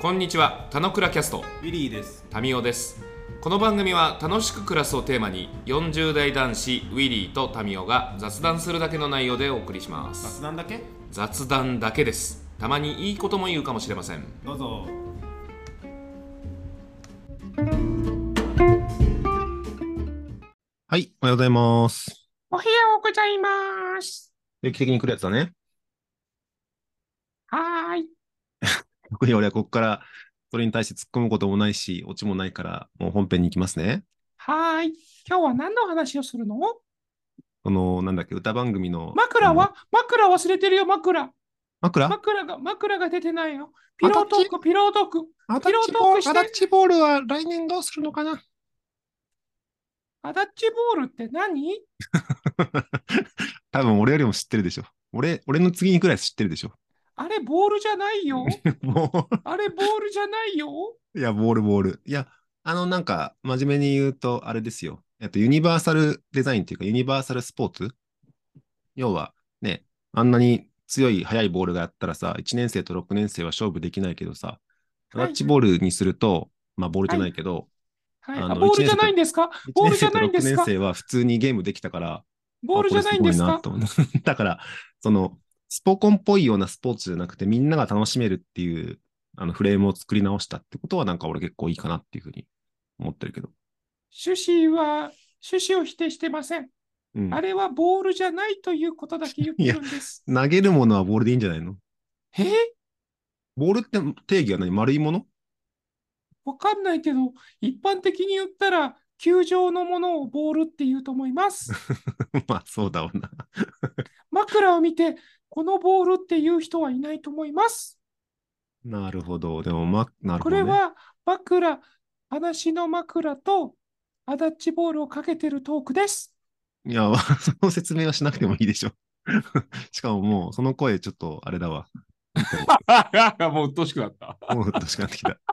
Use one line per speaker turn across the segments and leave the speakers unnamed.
こんにちは、たのくらキャスト
ウィリーです。
タミオです。この番組は楽しく暮らすをテーマに40代男子ウィリーとタミオが雑談するだけの内容でお送りします。
雑談だけ？
雑談だけです。たまにいいことも言うかもしれません。
どうぞ。
はい、おはようございます。
おはようございます。
定期的に来るやつだね。
はーい。
特に俺はここからそれに対して突っ込むこともないし、オチもないから、もう本編に行きますね。
はーい。今日は何の話をするの？
なんだっけ、歌番組の。
枕忘れてるよ、枕。
枕
枕が出てないよ。ピロートーク。ピロートークして。
アダッチボールは来年どうするのかな？
アダッチボールって何？
多分俺よりも知ってるでしょ。俺の次にくらい知ってるでしょ。
あれ、ボールじゃないよ。
も
あれ、ボールじゃないよ。
いや、ボール。いや、なんか、真面目に言うと、あれですよ。ユニバーサルデザインっていうか、ユニバーサルスポーツ要は、ね、あんなに強い速いボールがあったらさ、1年生と6年生は勝負できないけどさ、タッチボールにすると、まあ、ボールじゃないけど、
はい。ボールじゃないんですか？ボールじゃないんで
1年
すか？
生は普通にゲームできたから、
ボールじゃないんですか？
これすごいなと思う。だから、スポコンっぽいようなスポーツじゃなくて、みんなが楽しめるっていう、フレームを作り直したってことは、なんか俺結構いいかなっていうふうに思ってるけど。
趣旨を否定してません。
うん、
あれはボールじゃないということだけ言ってるんです。
投げるものはボールでいいんじゃないの？ボールって定義は何？丸いもの？
わかんないけど、一般的に言ったら、球状のものをボールって言うと思います。
まあ、そうだわな。
枕を見て、このボールって言う人はいないと思います。
なるほど。でも、なるほどね。
これは話の枕とアダッチボールをかけてるトークです。
いや、その説明はしなくてもいいでしょ。しかももう、その声ちょっと、あれだわ。
もう鬱陶しくなった。
もう、うっとしくなってきた。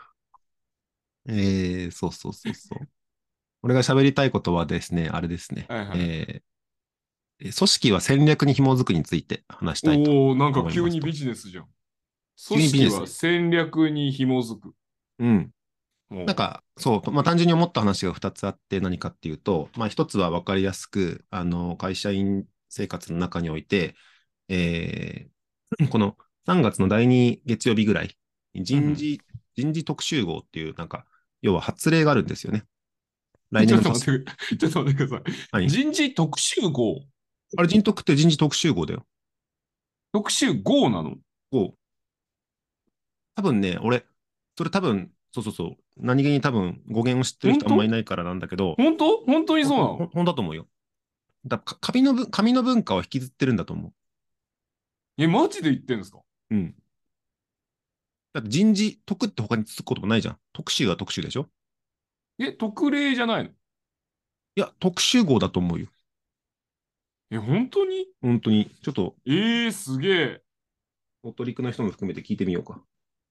そうそうそうそう。俺が喋りたいことはですね、あれですね。
はいはい。
組織は戦略に紐づくについて話したいと
おお、なんか
思いますと。
急にビジネスじゃん。組
急にビジネス。
織は戦略に紐づく。
うん。
も
なんか、そう、まあ、単純に思った話が2つあって何かっていうと、まあ、1つは分かりやすく、会社員生活の中において、この3月の第2月曜日ぐらい、人事特集号っていう、なんか、要は発令があるんですよね。来
ちょ
年の
っと待って、ちょっと待ってください。
何
人事特集号。
あれ、人特って人事特集号だよ。
特集号なの？
号。多分ね、それ多分、そうそうそう、何気に多分語源を知ってる人あんまいないからなんだけど、
本当にそうなの？
ほんだと思うよ。紙の文化を引きずってるんだと思
マジで言ってんですか？
う。うん。だって人事特って他につく言葉ないじゃん。特集は特集でしょ？
特例じゃないの？
いや、特集号だと思うよ。
本当に？
本当に。ちょっと、
すげえ。
お取りくの人も含めて聞いてみようか。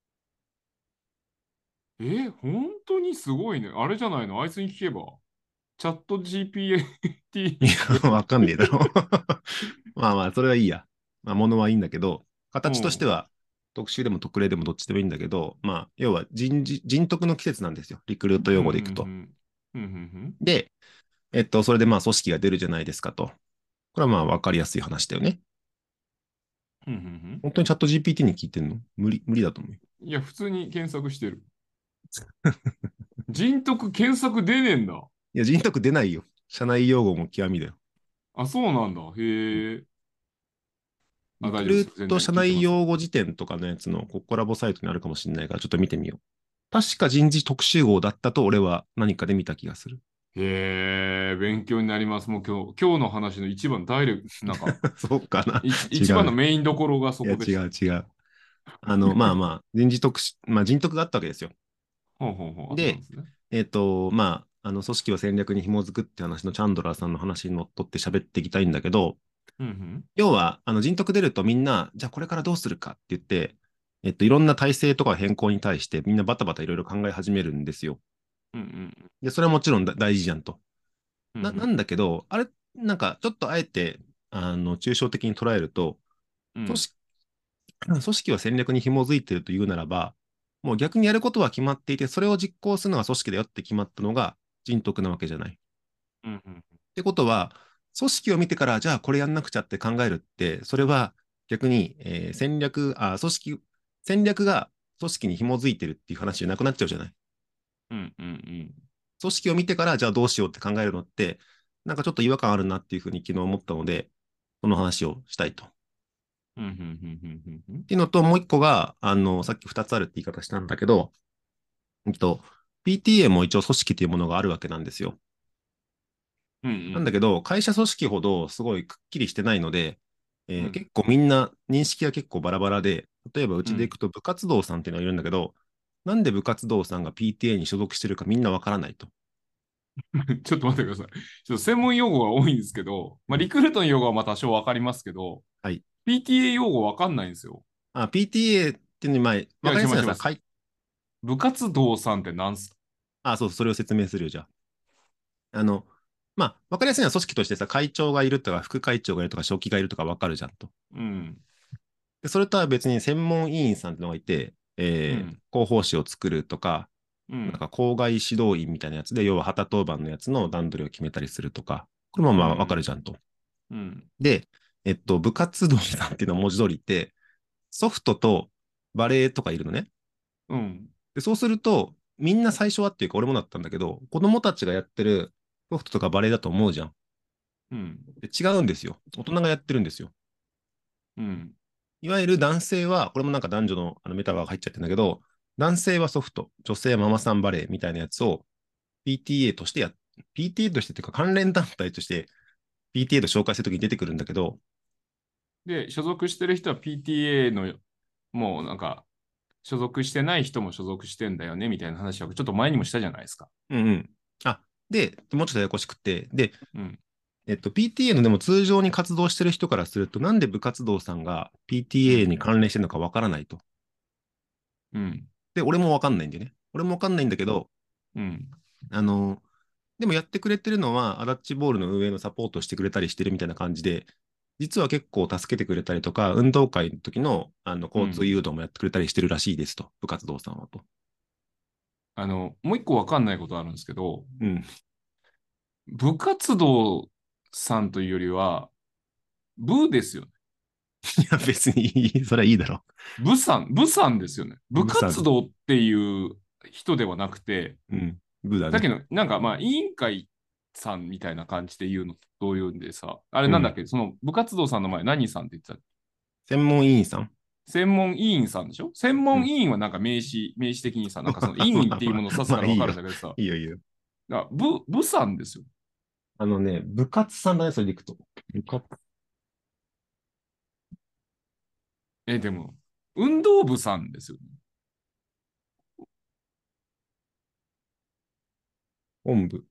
本当にすごいね。あれじゃないの？あいつに聞けば。チャット GPT。
いや、わかんねえだろ。まあまあ、それはいいや。まあ、ものはいいんだけど、形としては、特集でも特例でもどっちでもいいんだけど、まあ、要は人徳の季節なんですよ。リクルート用語でいくと。で、それでまあ、組織が出るじゃないですかと。これはまあ、わかりやすい話だよね。本当にチャット GPT に聞いてんの？無理だと思うよ。
いや、普通に検索してる。人徳検索出ねえんだ。
いや、人徳出ないよ。社内用語も極みだよ。
あ、そうなんだ。へえ。あ、
リク
大丈夫です。全
ルート社
然聞いてます。
内用語辞典とかのやつのコラボサイトにあるかもしれないから、ちょっと見てみよう。確か人事特集号だったと俺は何かで見た気がする。
へえ、勉強になります。もう今日の話の一番ダイレクト、なんか、
そうかな。違
一番の
う。
メインどころがそ
いや、
こでした。
違う。まあまあ、人徳があったわけですよ。
ほうほうほう、あったん
で、
ですね。
まあ、組織は戦略に紐づくって話のチャンドラーさんの話にのっとって喋っていきたいんだけど、
うんうん。
要は、人徳出るとみんな、じゃあこれからどうするかって言って、いろんな体制とか変更に対してみんなバタバタいろいろ考え始めるんですよ。
うんうん
で、それはもちろん大事じゃんと。な
うんうん
んだけど、あれ、なんかちょっとあえて、抽象的に捉えると、
うん
組織は戦略に紐づいているというならば、 もう逆にやることは決まっていて、それを実行するのが組織だよって決まったのが人徳なわけじゃない。っ
うんうん。
てことは、組織を見てから、じゃあこれやんなくちゃって考えるって、それは逆に、戦略が組織に紐づいてるっていう話じゃなくなっちゃうじゃない。
うんうんうん。
組織を見てから、じゃあどうしようって考えるのって、なんかちょっと違和感あるなっていうふうに昨日思ったので、この話をしたいと。っ
うんうんうんうん
ていうのと、もう一個が、さっき二つあるって言い方したんだけど、えっと、PTA も一応組織というものがあるわけなんですよ。
うんうん
なんだけど、会社組織ほどすごいくっきりしてないので、
うん
結構みんな認識が結構バラバラで、例えばう
うん。
ちで行くと部活動さんっていうのがいるんだけど、なんで部活動さんが PTA に所属してるかみんなわからないと。
ちょっと待ってください。ちょっと専門用語が多いんですけど、まあ、
うん。
リクルートの用語はまあ多少わかりますけど、
はい。
PTA 用語わかんないんですよ。
PTA っていうのに、まあ、
いや、
わかりやすいのはさ、
します。部活動さんって何すか？
そう、それを説明するよ、じゃあ。まあ、わかりやすいのは組織としてさ、会長がいるとか、副会長がいるとか、書記がいるとかわかるじゃんと。
うん。
で、それとは別に専門委員さんってのがいて、
うん。
広報誌を作るとか、なん
うん。
か校外指導員みたいなやつで、要は旗当番のやつの段取りを決めたりするとか、これもまあわかる
うん。
じゃんと。
うん。
で、部活動さんっていうのは文字通りって、ソフトとバレエとかいるのね。
うん。
で、そうすると、みんな最初はっていうか俺もだったんだけど、子供たちがやってるソフトとかバレエだと思うじゃん。
うん。
で、違うんですよ。大人がやってるんですよ。
うん。
いわゆる男性は、これもなんか男女のメタバーが入っちゃってるんだけど、男性はソフト、女性はママさんバレーみたいなやつを PTA としてPTA としてっていうか関連団体として PTA と紹介するときに出てくるんだけど、
で、所属してる人は PTA の、もうなんか、所属してない人も所属してんだよね、みたいな話はちょっと前にもしたじゃないですか。
うんうん。で、もうちょっとややこしくて、で、
うん。
PTA のでも通常に活動してる人からすると、なんで部活動さんが
う
PTA に
ん。
関連してるのかわからないと。
うん。
で、俺もわかんないんだよね。俺もわかんないんだけど、
うん。
あの、でもやってくれてるのは、アダッチボールの運営のサポートをしてくれたりしてるみたいな感じで、実は結構助けてくれたりとか、運動会の時の、交通
うん。
誘導もやってくれたりしてるらしいですと、部活動さんはと。
もう一個わかんないことあるんですけど、
うん。
部活動さんというよりは、部ですよね。
いや、別にいい、それはいいだろ
部さんですよね。
う。
部
ブさん。
活動っていう人ではなくて、
うん。ブだね。
だけど、なんかまあ、委員会さんみたいな感じで言うのどういうんでさ、あれ
うん。
なんだっけ、その部活動さんの前何さんって言ってた？
専門委員さん。
専門委員さんでしょ？専
うん。
門委員はなんか名詞的にさ、なんかその委員っていうも
まあまあ、
のを指すからわ
まあいいよ。
かるんだけどさ、
いいよ、いいよ。
部さんですよ。
部活さんだね、それでいくと。部活
でも、運動部さんですよね。
本部。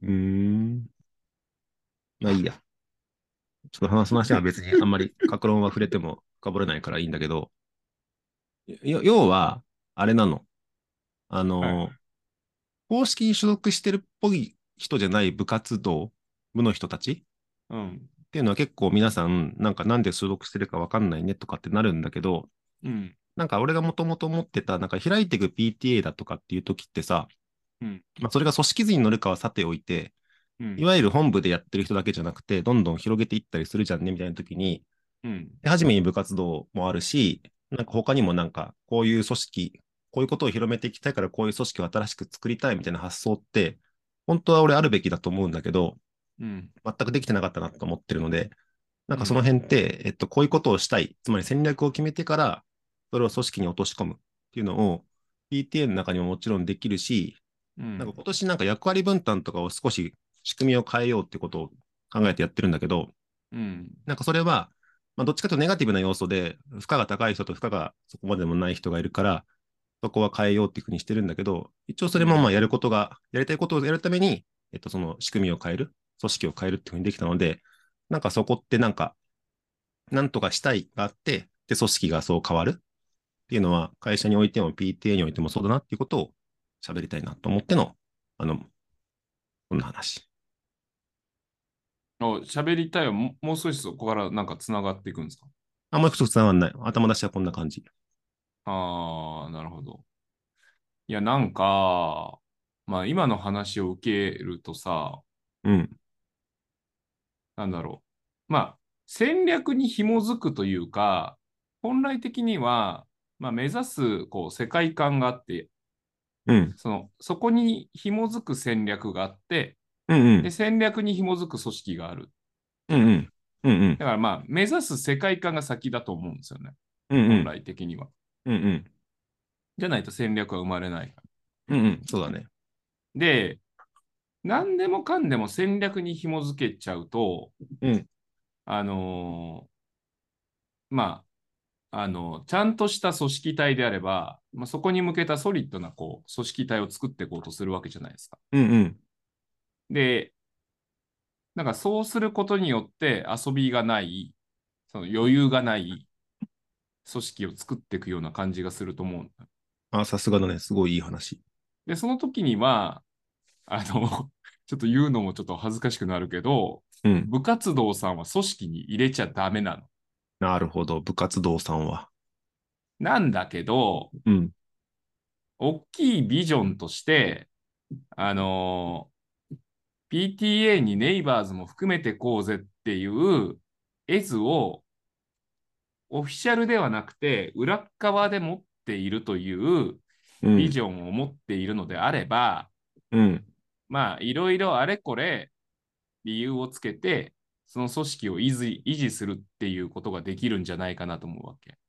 まあいいや。ちょっと話は別にあんまり格論は触れても深掘れないからいいんだけど、要は、あれなの。あ
はい。
の、公式に所属してるっぽい人じゃない部活動、部の人たちっ
うん。
ていうのは結構皆さん、なんかなんで所属してるかわかんないねとかってなるんだけど、
うん。
なんか俺がもともと持ってた、なんか開いていく PTA だとかっていう時ってさ、
うん。
まあそれが組織図に乗るかはさておいて、
うん。
いわゆる本部でやってる人だけじゃなくて、どんどん広げていったりするじゃんねみたいな時に、
うん。
初めに部活動もあるし、なんか他にもなんかこういう組織、こういうことを広めていきたいからこういう組織を新しく作りたいみたいな発想って、本当は俺あるべきだと思うんだけど、
うん。
全くできてなかったなと思ってるので、なんかその
うん。
辺って、こういうことをしたい、つまり戦略を決めてから、それを組織に落とし込むっていうのを、PTA の中にももちろんできるし、なんか
うん。
今年なんか役割分担とかを少し仕組みを変えようってことを考えてやってるんだけど、
うん。
なんかそれは、まあ、どっちかというとネガティブな要素で、負荷が高い人と負荷がそこまでもない人がいるから、そこは変えようっていうふうにしてるんだけど、一応それもまあやりたいことをやるために、その仕組みを変える、組織を変えるっていうふうにできたので、なんかそこってなんか、なんとかしたいがあって、で、組織がそう変わるっていうのは、会社においても PTA においてもそうだなっていうことを喋りたいなと思っての、こんな話。
喋りたいはもう少しそこからなんかつながっていくんですか？
もう一つ伝わんない。頭出しはこんな感じ。
ああー、なるほど。 いや、なんか、まあ今の話を受けるとさ、
うん。
なんだろう。まあ、戦略に紐づくというか、本来的には、まあ、目指すこう世界観があって、
うん。
そこに紐づく戦略があって、で、
うんうん。
戦略に紐づく組織がある。
うんうん。うんうん。
だからまあ、目指す世界観が先だと思うんですよね。本
うんうん。
来的には。
うんうん。
じゃないと戦略は生まれない。
うんうん。そうだね。
で、何でもかんでも戦略に紐づけちゃうと、
うん。
あのまちゃんとした組織体であれば、まあ、そこに向けたソリッドなこう組織体を作っていこうとするわけじゃないですか。
うんうん。
で、なんかそうすることによって遊びがない、その余裕がない組織を作っていくような感じがすると思う。
あ、さすがだね。すごいいい話。
で、その時には、ちょっと言うのもちょっと恥ずかしくなるけど、
うん。
部活動さんは組織に入れちゃダメなの。
なるほど。部活動さんは。
なんだけど、
うん。
大きいビジョンとして、あの PTA にネイバーズも含めてこうぜっていう絵図をオフィシャルではなくて裏側で持っているという
うん。
ビジョンを持っているのであれば、
うん。
まあいろいろあれこれ理由をつけてその組織を維持するっていうことができるんじゃないかなと思うわけ。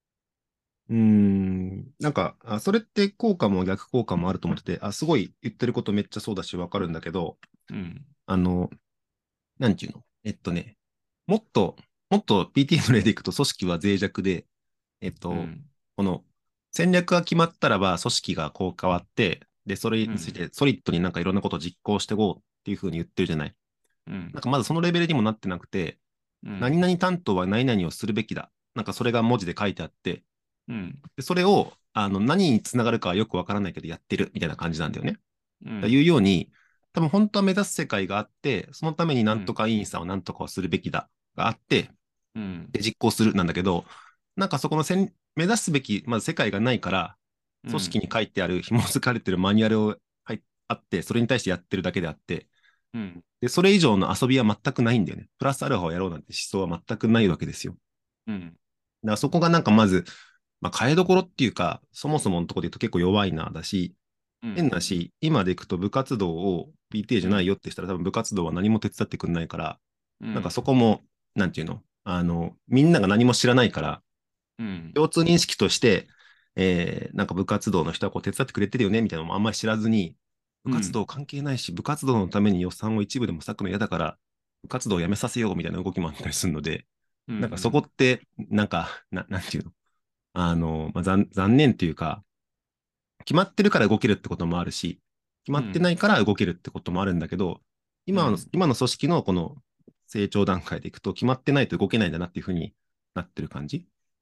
なんか、それって効果も逆効果もあると思ってて、すごい言ってることめっちゃそうだしわかるんだけど、
うん。
あの、なんていうのもっと、もっと PTA の例でいくと組織は脆弱で、
うん。
この戦略が決まったらば組織がこう変わって、で、それ
うん。
についてソリッドになんかいろんなことを実行していこうっていうふうに言ってるじゃない。
うん。
なんかまだそのレベルにもなってなくて、
うん。
何々担当は何々をするべきだ。なんかそれが文字で書いてあって、
うん。
でそれを何につながるかはよくわからないけどやってるみたいな感じなんだよね。という
うん。
ように、多分本当は目指す世界があって、そのためになんと
うん。
か委員さんはなんとかをするべきだがあって、
うん。
で実行するなんだけど、なんかそこの目指すべき、まず世界がないから、組織
うん。
に書いてある、紐づかれてるマニュアルをあって、それに対してやってるだけであって、
うん。
で、それ以上の遊びは全くないんだよね。プラスアルファをやろうなんて思想は全くないわけですよ。
うん。
だからそこがなんかまず、まあ、変えどころっていうか、そもそものところで言うと結構弱いな、だし、
うん。
変なし、今でいくと部活動を PTA じゃないよってしたら多分部活動は何も手伝ってくれないから、なんか
うん。
そこも、なんていうのみんなが何も知らないから、
うん。
共通認識として、なんか部活動の人はこう手伝ってくれてるよねみたいなのもあんまり知らずに、部
うん。
活動関係ないし、部活動のために予算を一部でも割くの嫌だから、部活動をやめさせようみたいな動きもあったりするので、
うん。う
なんかそこ
ん。
って、なんか、なんていうのまあ、残念というか、決まってるから動けるってこともあるし、決まってないから動けるってこともあるんだけど、今の組織のこの成長段階でいくと、決まってないと動けないんだなっていうふうになってる感じ。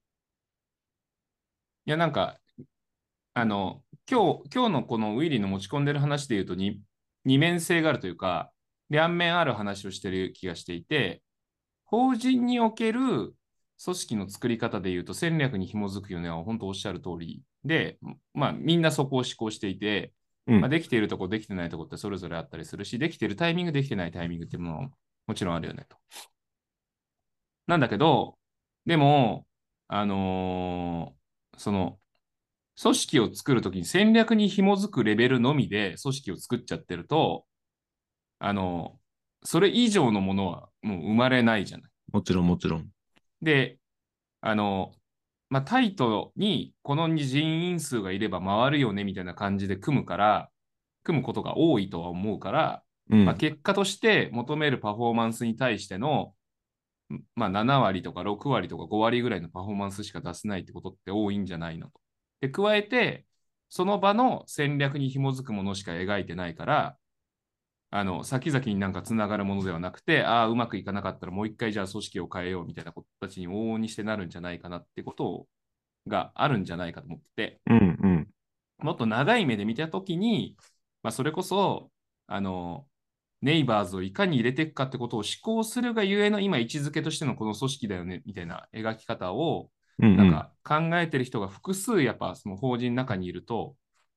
いや、なんか、今日のこのウィリーの持ち込んでる話で言うと二面性があるというか、両面ある話をしてる気がしていて、法人における組織の作り方で言うと戦略に紐づくよねは本当おっしゃる通りで、まあみんなそこを思考していて、まあ、
うん、
できているとこ、できてないとこってそれぞれあったりするし、できているタイミング、できてないタイミングっていうのももちろんあるよねと。なんだけど、でも、あのその組織を作るときに戦略に紐づくレベルのみで組織を作っちゃってると、あの、それ以上のものはもう生まれないじゃない。
もちろんもちろん。
で、あの、まあ、タイトにこの人員数がいれば回るよねみたいな感じで組むことが多いとは思うから、まあ、
うん、
結果として求めるパフォーマンスに対しての、まあ、7割とか6割とか5割ぐらいのパフォーマンスしか出せないってことって多いんじゃないのと。で、加えて、その場の戦略に紐づくものしか描いてないから、先々になんかつながるものではなくて、ああ、うまくいかなかったらもう一回じゃあ組織を変えようみたいなことたちに往々にしてなるんじゃないかなってことがあるんじゃないかと思ってて、
うん、うん、
もっと長い目で見たときに、まあ、それこそ、あの、ネイバーズをいかに入れていくかってことを思考するがゆえの今位置づけとしてのこの組織だよねみたいな描き方を
うん、うん、
なんか考えてる人が複数やっぱその法人の中にいると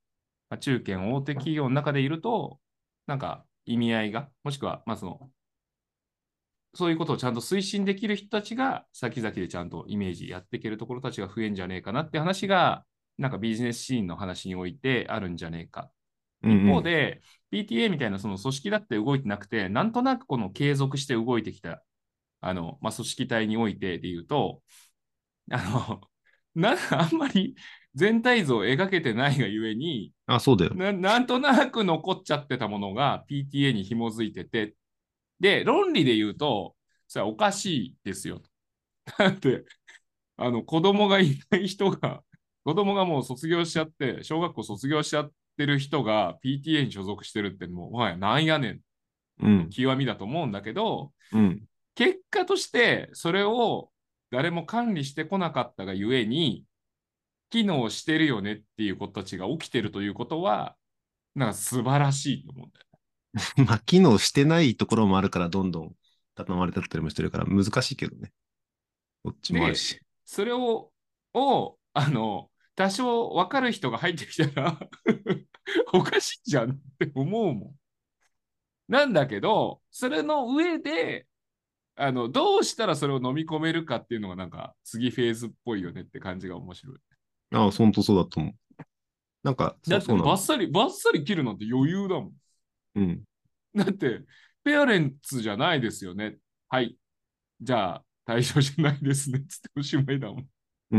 まあ、中堅大手企業の中でいると、なんか意味合いが、もしくは、まあそういうことをちゃんと推進できる人たちが、先々でちゃんとイメージやっていけるところたちが増えんじゃねえかなって話が、なんかビジネスシーンの話においてあるんじゃねえか。一
うんうん。
方で、PTA みたいなその組織だって動いてなくて、なんとなくこの継続して動いてきた、まあ、組織体においてで言うと、あの、あんまり全体像を描けてないがゆえに、
あ、そうだよ。
なんとなく残っちゃってたものが PTA に紐づいてて、で、論理で言うと、それはおかしいですよ。だって、子供がいない人が、子供がもう卒業しちゃって、小学校卒業しちゃってる人が PTA に所属してるって、もう、もはやなんやねんの
うん。
極みだと思うんだけど、
うん。
結果として、それを誰も管理してこなかったがゆえに、機能してるよねっていうことたちが起きてるということは、なんか素晴らしいと思うんだよ。
まあ、機能してないところもあるから、どんどん畳まれてったりもしてるから、難しいけどね。どっちもある
で、
し。
それ多少分かる人が入ってきたらおかしいじゃんって思うもん。なんだけど、それの上で、どうしたらそれを飲み込めるかっていうのがなんか次フェーズっぽいよねって感じが面白い。
ああ、本当そうだと思う。なんか、
だって
そうなの。
バッサリ切るなんて余裕だもん。
うん。
だって、ペアレンツじゃないですよね。はい。じゃあ、対象じゃないですね。つっておしまいだもん。
うん。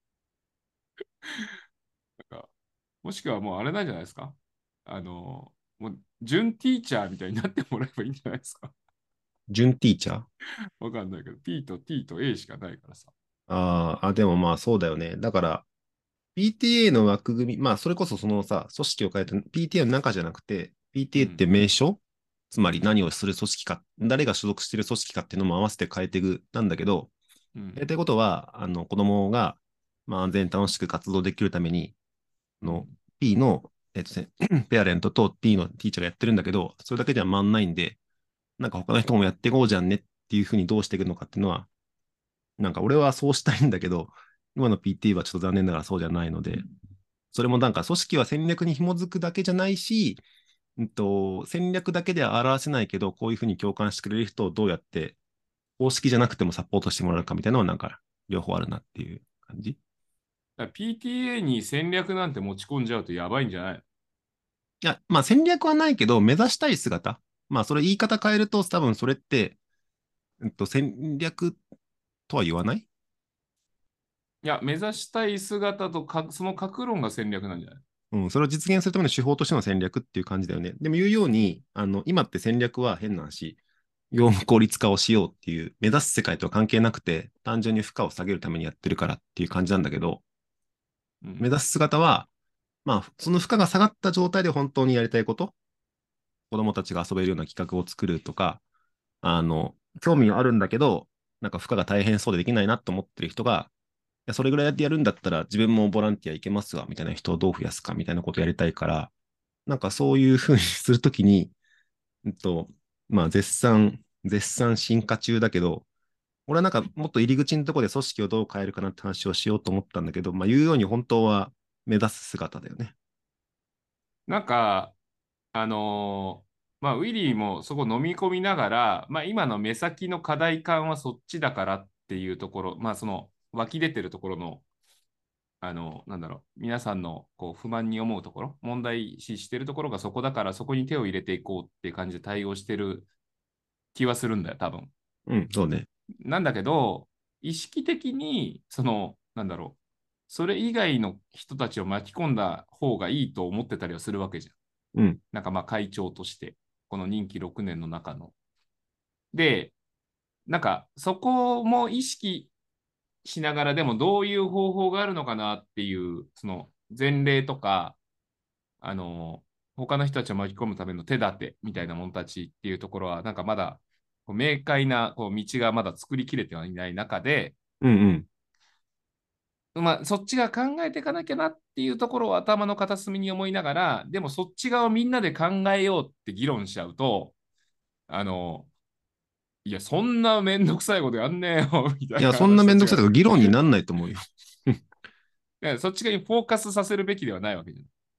なんかもしくはもうあれなんじゃないですか。もう、準ティーチャーみたいになってもらえばいいんじゃないですか。
準ティーチャー。
わかんないけど、P と T と A しかないからさ。
でもまあそうだよね。だから、PTA の枠組み、まあそれこそそのさ、組織を変えて、PTA の中じゃなくて、
う
PTA って
ん。
名称つまり何をする組織か、誰が所属している組織かっていうのも合わせて変えていくなんだけど、
うん。
やりたいことは、子供が、まあ、安全に楽しく活動できるために、
うん。
P の、ペアレントと T のティーチャーがやってるんだけど、それだけじゃ回んないんで、なんか他の人もやっていこうじゃんねっていうふうにどうしていくのかっていうのは、なんか俺はそうしたいんだけど、今の PT はちょっと残念ながらそうじゃないので、それもなんか組織は戦略に紐づくだけじゃないし、戦略だけでは表せないけど、こういうふうに共感してくれる人をどうやって公式じゃなくてもサポートしてもらうかみたいなのはなんか両方あるなっていう感じ。
だから PTA に戦略なんて持ち込んじゃうとやばいんじゃない？
いや、まあ戦略はないけど、目指したい姿。まあそれ言い方変えると多分それって、戦略とは言わない。
いや、目指したい姿とその格論が戦略なんじゃない？
うん、それを実現するための手法としての戦略っていう感じだよね。でも言うように、今って戦略は変な話、業務効率化をしようっていう、目指す世界とは関係なくて、単純に負荷を下げるためにやってるからっていう感じなんだけど、
うん。
目指す姿は、まあ、その負荷が下がった状態で本当にやりたいこと、子供たちが遊べるような企画を作るとか、興味はあるんだけど、なんか負荷が大変そうでできないなと思ってる人が、いやそれぐらいやるんだったら自分もボランティア行けますわ、みたいな人をどう増やすか、みたいなことをやりたいから、なんかそういうふうにするときに、うんと、まあ絶賛進化中だけど、俺はなんかもっと入り口のところで組織をどう変えるかなって話をしようと思ったんだけど、まあ言うように本当は目指す姿だよね。
なんか、まあ、ウィリーもそこ飲み込みながら、まあ、今の目先の課題感はそっちだからっていうところ、まあ、その湧き出てるところの、なんだろう、皆さんのこう不満に思うところ、問題視してるところがそこだから、そこに手を入れていこうっていう感じで対応してる気はするんだよ、多分。
うん、そうね。
なんだけど、意識的に、なんだろう、それ以外の人たちを巻き込んだ方がいいと思ってたりはするわけじゃん。
うん、
なんかまあ会長として、この任期6年の中の。で、なんかそこも意識しながらでもどういう方法があるのかなっていう、その前例とか、あの、他の人たちを巻き込むための手立てみたいなものたちっていうところは、なんかまだこう明快なこう道がまだ作りきれてはいない中で、
うん、うん。
まあ、そっちが考えていかなきゃなっていうところを頭の片隅に思いながら、でもそっち側をみんなで考えようって議論しちゃうと、あの、いや、そんなめんどくさいことやんねえよ、みたい
いや、
な
そんな
話たちが、
めんどくさいとか議論になんないと思うよ。
そっち側にフォーカスさせるべきではないわけじゃん。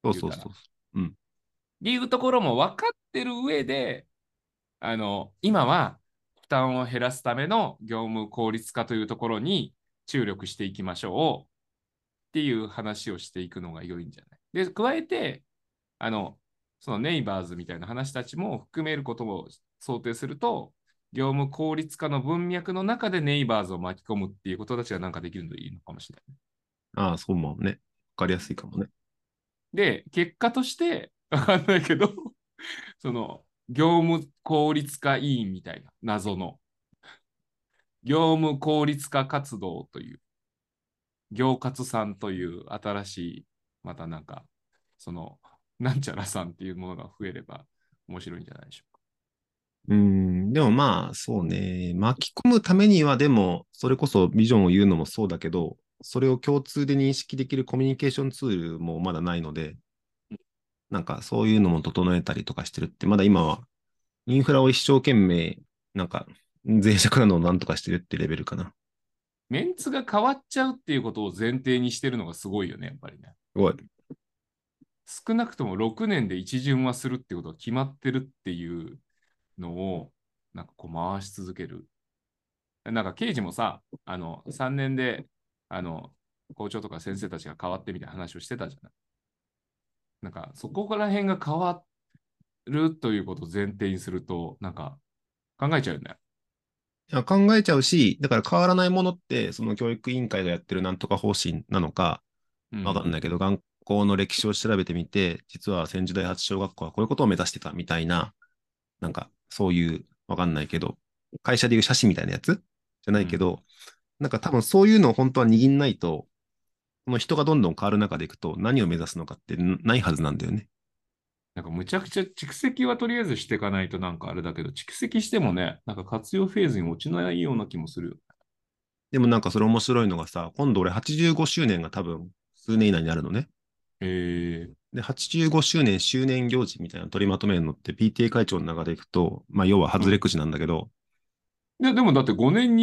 言うたら。っ
そうそうそう。うん。
ていうところも分かってる上で、今は負担を減らすための業務効率化というところに注力していきましょうっていう話をしていくのが良いんじゃない。で、加えて、あの、そのネイバーズみたいな話たちも含めることを想定すると、業務効率化の文脈の中でネイバーズを巻き込むっていうことたちがなんかできるのいいのかもしれない。
ああ、そうもね。わかりやすいかもね。
で、結果として、わかんないけど、その、業務効率化委員みたいな謎の業務効率化活動という、業活さんという新しい、またなんか、その、なんちゃらさんっていうものが増えれば面白いんじゃないでしょうか。
でもまあ、そうね。巻き込むためには、でも、それこそビジョンを言うのもそうだけど、それを共通で認識できるコミュニケーションツールもまだないので、なんかそういうのも整えたりとかしてるって、まだ今はインフラを一生懸命、なんか、脆弱なのをなんとかしてるってレベルかな。
メンツが変わっちゃうっていうことを前提にしてるのがすごいよね、やっぱりね。
すごい。
少なくとも6年で一巡はするってことが決まってるっていうのを、なんかこう回し続ける。なんか刑事もさ、3年で、あの、校長とか先生たちが変わってみたいな話をしてたじゃない。なんかそこから辺が変わるということを前提にすると、なんか考えちゃうよね。
いや考えちゃうし、だから変わらないものって、その教育委員会がやってるなんとか方針なのか、
うん。
わかんないけど、学校の歴史を調べてみて、実は千住第八小学校はこういうことを目指してたみたいな、なんかそういう、わかんないけど、会社でいう写真みたいなやつじゃ
うん。
ないけど、なんか多分そういうのを本当は握んないと、この人がどんどん変わる中でいくと何を目指すのかってないはずなんだよね。
なんかむちゃくちゃ蓄積はとりあえずしていかないとなんかあれだけど、蓄積してもね、なんか活用フェーズに落ちないような気もするよ。
でもなんかそれ面白いのがさ、今度俺85周年が多分数年以内になるのね。
え
で、85周年周年行事みたいなの取りまとめるのって PTA 会長の中でいくと、まあ要は
うん。
外れくじなんだけど、
でもだって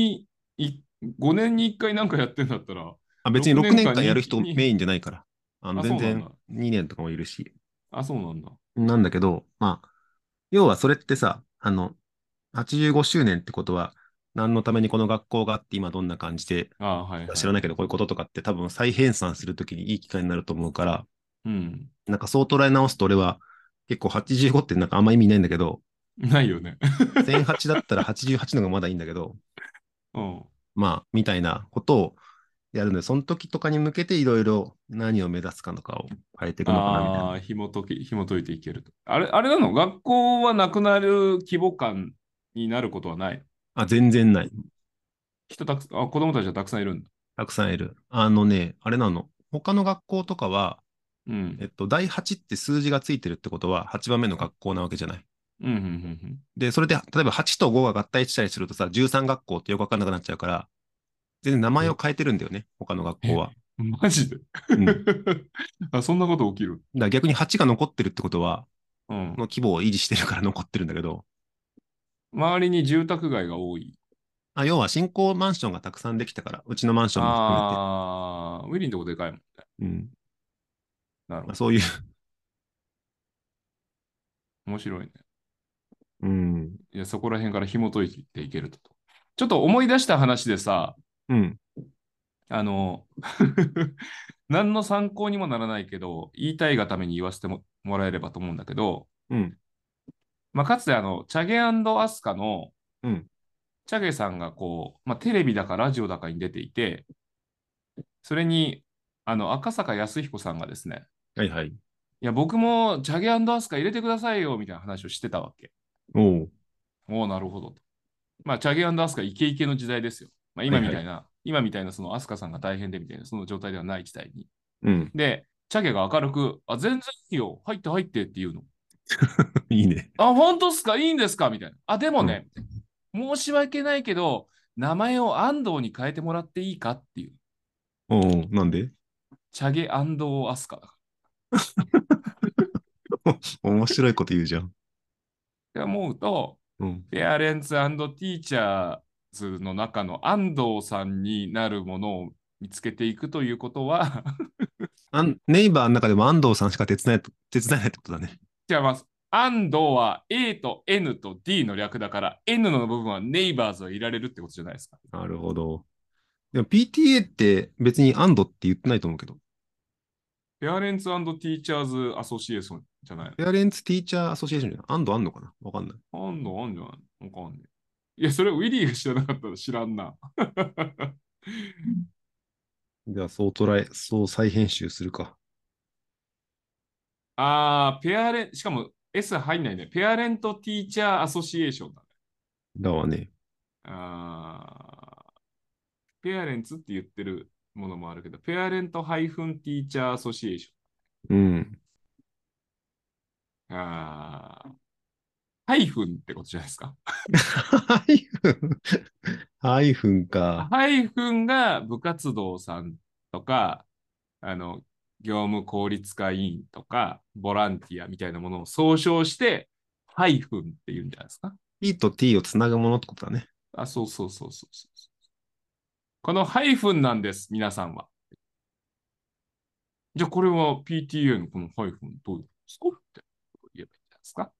5年に1回なんかやってんだったら、
別に
6
6年
年間
間やる人メ
に、
インじゃないから、
あ、
全然
そうなんだ。
2年とかもいるし、
あ、そうなんだ。
なんだけど、まあ、要はそれってさ、85周年ってことは、何のためにこの学校があって今どんな感じで、
あ、はいはい。
知らないけどこういうこととかって多分再編纂するときにいい機会になると思うから、
うん。
なんかそう捉え直すと俺は結構85ってなんかあんま意味ないんだけど、
ないよね。
1008だったら88のがまだいいんだけど、
うん。
まあ、みたいなことをやるので、その時とかに向けていろいろ何を目指すかとかを変えていくのかなみたいな。
ああ、紐解いていけると。あれなの学校はなくなる規模感になることはない？
あ、全然ない。
子供たちはたくさんいるんだ。
たくさんいる。あれなの。他の学校とかは、
うん。
第8って数字がついてるってことは8番目の学校なわけじゃない。
うん、うん、うん、
で、それで、例えば8と5が合体したりするとさ、13学校ってよくわかんなくなっちゃうから、全然名前を変えてるんだよね。他の学校は。
マジで？
うん。だか
あ、そんなこと起きる？
ら逆に8が残ってるってことは、
うん。
この規模を維持してるから残ってるんだけど、
周りに住宅街が多い。
要は新興マンションがたくさんできたから、うちのマンションも含めて。
ああ、ウィリーのとこでかいもんね。
うん。
なるほど。
そういう、
面白いね。
うん。
いや、そこら辺から紐解いていけると。ちょっと思い出した話でさ、
うん。
あの、何の参考にもならないけど、言いたいがために言わせてもらえればと思うんだけど、
うん。
まあ、かつてチャゲアスカの
うん。
チャゲさんがこう、まあ、テレビだかラジオだかに出ていて、それに、赤坂康彦さんがですね、
はいはい。
いや、僕もチャゲアスカ入れてくださいよ、みたいな話をしてたわけ。
おう。
おお、なるほどと。まあ、チャゲアスカイケイケの時代ですよ。まあ、
はいはい。
今みたいなそのアスカさんが大変でみたいな、その状態ではない時代に。
うん。
で、チャゲが明るく、あ、全然いいよ、入って入ってって言うの。
いいね。
あ、本当っすか、いいんですかみたいな。あ、でも
うん。
ね、申し訳ないけど、名前を安藤に変えてもらっていいかっていう。
おう。なんで？
チャゲアスカだか
面白いこと言うじゃん。
ら。って思うと、
うん。
ペアレンツティーチャーズの中の安藤さんになるものを見つけていくということは
ネイバーの中でも安藤さんしか手伝えないってことだね。
じゃあまあ、安藤は A と N と D の略だから、N の部分はネイバーズはいられるってことじゃないですか。
なるほど。でも PTA って別に安藤って言ってないと思うけど。
ペアレンツティーチャーズアソシエーションじゃないの？
ペアレンツティーチャーアソシエーションじゃない安藤あんのかなわかんない。
安藤あんじゃないわかんない。いや、それウィリーが知らなかったら知らんな。
じゃあ、そう再編集するか。
しかも S 入んないね。ペアレントティーチャーアソシエーションだね。
だわね。
ペアレンツって言ってるものもあるけど、ペアレントハイフンティーチャーアソシエーシ
うん。
ョン。ハイフンってことじゃないですか。
ハイフン。ハイフンか。
ハイフンが部活動さんとか、あの、業務効率化委員とか、ボランティアみたいなものを総称して、ハイフンって言うんじゃないですか。
P と T をつなぐものってことだね。
そうそうそうそうそう。このハイフンなんです、皆さんは。じゃあこれは PTA のこのハイフンどういうことですかって言えばいいんじゃないですか。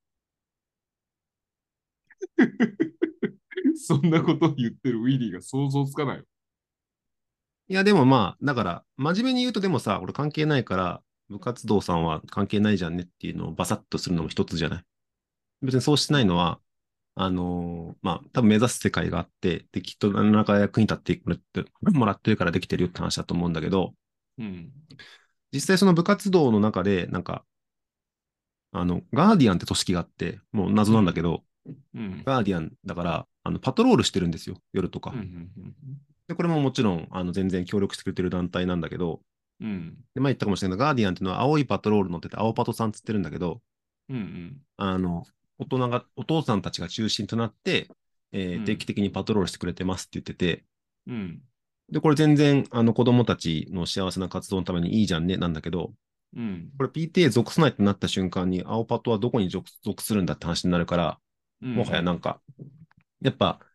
そんなことを言ってるウィリーが想像つかないよ。
いや、でもまあ、だから、真面目に言うとでもさ、俺関係ないから、部活動さんは関係ないじゃんねっていうのをバサッとするのも一つじゃない。別にそうしてないのは、まあ、多分目指す世界があって、で、きっと何らか役に立ってもらってるからできてるよって話だと思うんだけど、
うん。
実際その部活動の中で、なんか、ガーディアンって組織があって、もう謎なんだけど、
うん。
ガーディアンだから、パトロールしてるんですよ、夜とか。
うん。
で、これももちろん、全然協力してくれてる団体なんだけど、
うん。
で、前言ったかもしれないけど、ガーディアンっていうのは青いパトロール乗ってて、青パトさんつってるんだけど、
うん。
お父さんたちが中心となって、定期的にパトロールしてくれてますって言ってて、
うん。
で、これ全然、子供たちの幸せな活動のためにいいじゃんね、なんだけど、
うん。
これ PTA 属さないってなった瞬間に、青パトはどこに属するんだって話になるから、
うん。
もはやなんか、やっぱ、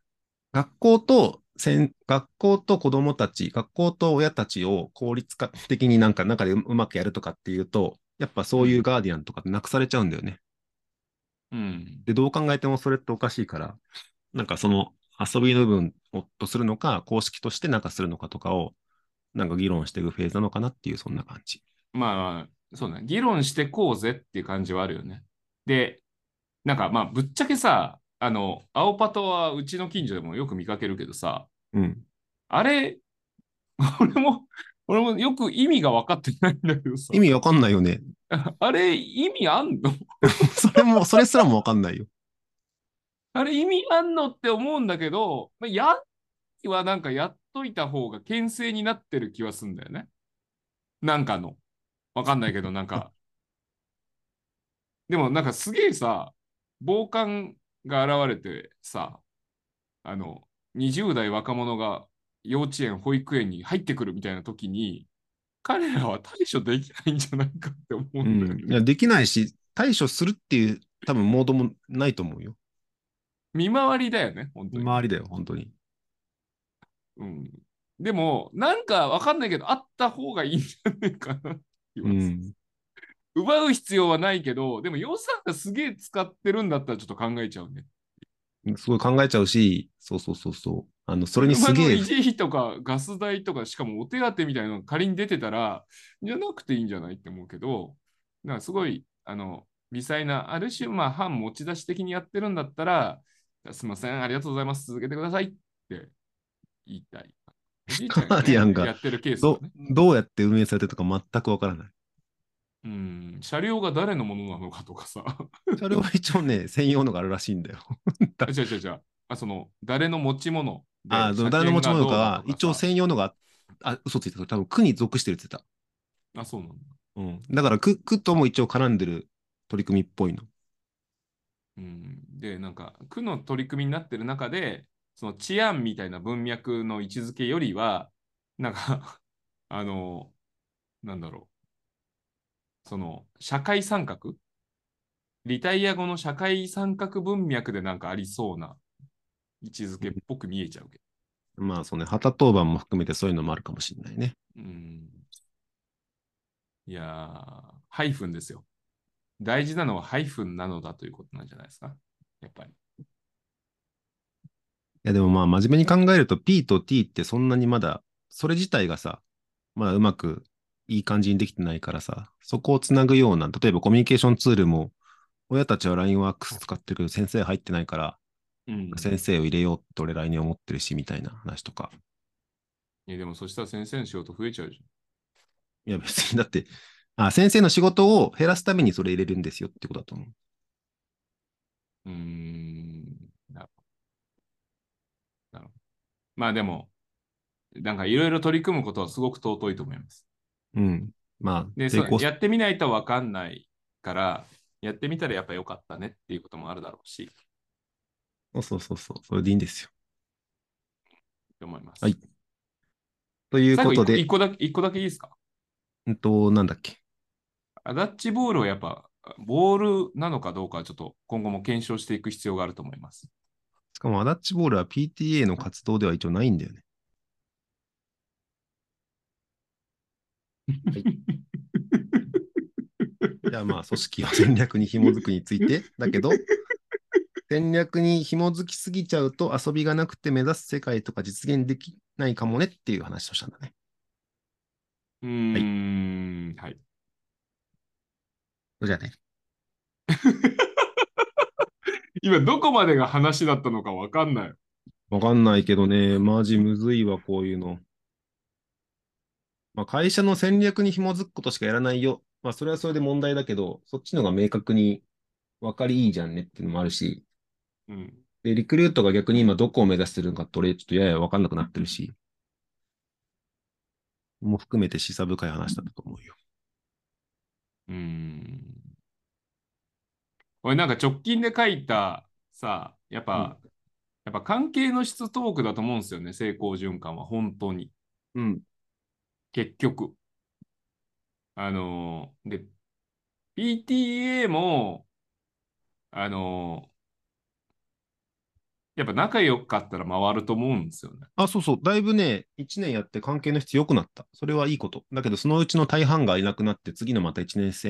学校と子供たち、学校と親たちを効率化的になんか中でうまくやるとかっていうと、やっぱそういうガーディアンとかってなくされちゃうんだよね。
うん。
で、どう考えてもそれっておかしいから、なんかその遊びの部分をとするのか、公式としてなんかするのかとかを、なんか議論していくフェーズなのかなっていう、そんな感じ。
まあ、そうね。議論してこうぜっていう感じはあるよね。で、なんかまあ、ぶっちゃけさ、青パトはうちの近所でもよく見かけるけどさ、
うん。
あれ、俺も、俺もよく意味が分かってないんだけどさ、
意味わかんないよね。
あれ意味あんの？
それすらもわかんないよ。
あれ意味あんのって思うんだけど、まあやはなんかやっといた方が牽制になってる気はするんだよね。なんかの。わかんないけど、なんか、でもなんかすげえさ、暴漢が現れてさ、あの、20代若者が幼稚園、保育園に入ってくるみたいな時に、彼らは対処できないんじゃないかって思う
うん。い
んだよね。
や、できないし、対処するっていう多分モードもないと思うよ。
見回りだよね、本当に。
周りだよ、本当に。
うん。でも、なんかわかんないけど、あった方がいいんじゃないかなって気はする。
うん。
奪う必要はないけど、でも予算がすげえ使ってるんだったらちょっと考えちゃうね。
すごい考えちゃうし、そうそうそうそう。それにす
車の
げえ、
維持費とかガス代とか、しかもお手当みたいなのが仮に出てたら、じゃなくていいんじゃないって思うけど、なんかすごい、微細な、ある種、まあ、反持ち出し的にやってるんだったら、すみません、ありがとうございます、続けてくださいって言いたい。おじいち
カ
ゃんがね、
ーディアンが
やってるケースはね、
どうやって運営されてるとか全くわからない。
うん、車両が誰のものなのかとかさ、
それは一応ね、専用のがあるらしいんだよ。
違う違う違う、誰の持ち物で、
でも
車
誰の持ち
検がどうだ
物かは、一応
とかさ、
専用のが嘘ついた。多分区に属してるって言って
そうなんだ。
た。うん。だから区とも一応絡んでる取り組みっぽいの。
うん、で、なんか、区の取り組みになってる中で、その治安みたいな文脈の位置づけよりは、なんかあの、なんだろ社会参画リタイア後の社会参画文脈でなんかありそうな位置づけっぽく見えちゃうけ
まあそうね、旗当番も含めてそういうのもあるかもしれないね。
ど。うん。 いやー、ハイフンですよ。大事なのはハイフンなのだということなんじゃないですか。やっぱり。
いやでもまあ真面目に考えると P と T ってそんなにまだ、それ自体がさ、まだうまくいい感じにできてないからさ、そこをつなぐような、例えばコミュニケーションツールも、親たちは LINE ワークス使ってるけど先生入ってないから、
うん。
先生を入れようって俺 LINE に思ってるし、みたいな話とか。
いや、でもそしたら先生の仕事増えちゃうじ
いや別に、だって、先生の仕事を減らすためにそれ入れるんですよってことだと思う。
ゃん。なるほど。なるほど。まあでも、なんかいろいろ取り組むことはすごく尊いと思います。
うん。まあ、
で、
成功
やってみないとわかんないから、やってみたらやっぱ良かったねっていうこともあるだろうし、
そうそうそう、それでいいんですよ。
と思います。
はい。という
最後
ことで、
一個だけいいですか？
なんだっけ。
アダッチボールはやっぱ、ボールなのかどうかはちょっと今後も検証していく必要があると思います。
しかもアダッチボールは PTA の活動では一応ないんだよね。はい。じゃあまあ、組織は戦略に紐づくについて、だけど、戦略に紐づきすぎちゃうと遊びがなくて目指す世界とか実現できないかもねっていう話をしたんだね。はい。
はい。
じゃあね。
今どこまでが話だったのかわかんない。
わかんないけどね、マジむずいわ、こういうの。まあ、会社の戦略に紐づくことしかやらないよ。まあ、それはそれで問題だけど、そっちのが明確に分かりいいじゃんねっていうのもあるし、
うん。
で、リクルートが逆に今どこを目指してるのかって俺ちょっとやや分かんなくなってるし、も含めて示唆深い話だったと思うよ。
うーん。俺なんか直近で書いたさ、
うん。
やっぱ関係の質トークだと思うんですよね、成功循環は本当に。
うん。
結局。で、PTA も、あのやっぱ仲良かったら回ると思うんですよね。
あ、そうそう。だいぶね、1年やって関係の質良くなった。それはいいこと。だけど、そのうちの大半がいなくなって、次のまた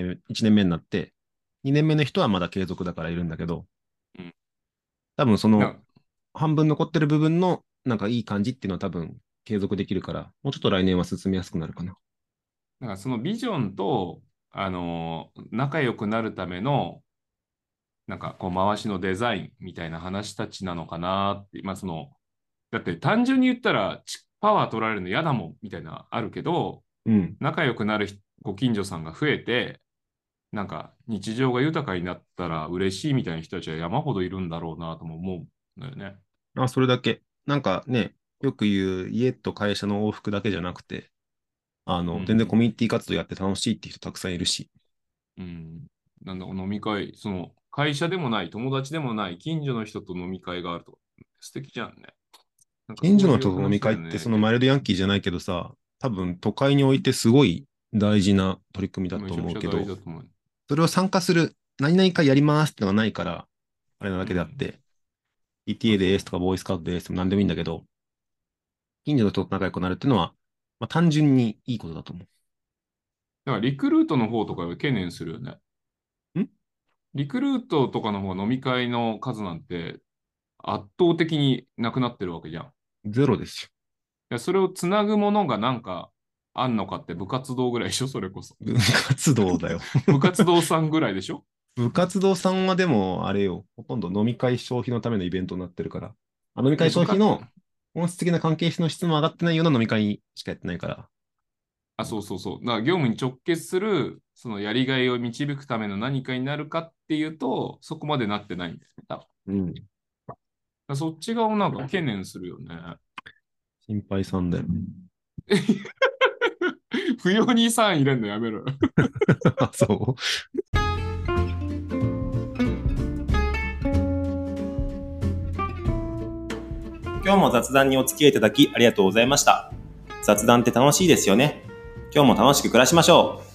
1年目になって、2年目の人はまだ継続だからいるんだけど、
うん。
多分その
な、
半分残ってる部分のなんかいい感じっていうのは多分継続できるから、もうちょっと来年は進みやすくなるかな。
なんかそのビジョンと、仲良くなるための、なんかこう回しのデザインみたいな話たちなのかなって、まあその、だって単純に言ったらパワー取られるの嫌だもんみたいなあるけど、
うん。
仲良くなるご近所さんが増えて、なんか日常が豊かになったら嬉しいみたいな人たちは山ほどいるんだろうなとも思うんだよね。
それだけ。なんかね、よく言う家と会社の往復だけじゃなくて、全然コ
うん。
ミュニティ活動やって楽しいっていう人たくさんいるし。
うん。なんだ、飲み会、その会社でもない、友達でもない、近所の人と飲み会があると。素敵じゃんね。なんか
近所の
そういう
人と飲み会
話だよね。
ってそのマイルドヤンキーじゃないけどさ、多分都会においてすごい大事な取り組みだと
めちゃくちゃ
思うけど、
大事だと思う。
それを参加する、何々会やりますってのがないから、あれなだけであっ
うん。
て、
そ
ETA
うそう。
ですとかボーイスカウトですとか何でもいいんだけど、近所の人と仲良くなるっていうのは、まあ、単純にいいことだと思
だからリクルートの方とか懸念するよね。
う。
リクルートとかの方が飲み会の数なんて圧倒的になくなってるわけじゃん。
ゼロですよ。
それをつなぐものがなんかあんのかって部活動ぐらいでしょ、それこそ。
部活動だよ。
部活動さんぐらいでしょ。
部活動さんはでも、あれよ、ほとんど飲み会消費のためのイベントになってるから、飲み会
で、
消費の本質的な関係性の質も上がってないような飲み会しかやってないから。
そうそうそう。だから業務に直結する、そのやりがいを導くための何かになるかっていうと、そこまでなってないんだよね。多分だか
うん。
らそっち側をなんか懸念するよね。
心配さんだよ。
不要に3入れんのやめろよ。
あ、そう。
今日も雑談にお付き合いいただきありがとうございました。雑談って楽しいですよね。今日も楽しく暮らしましょう。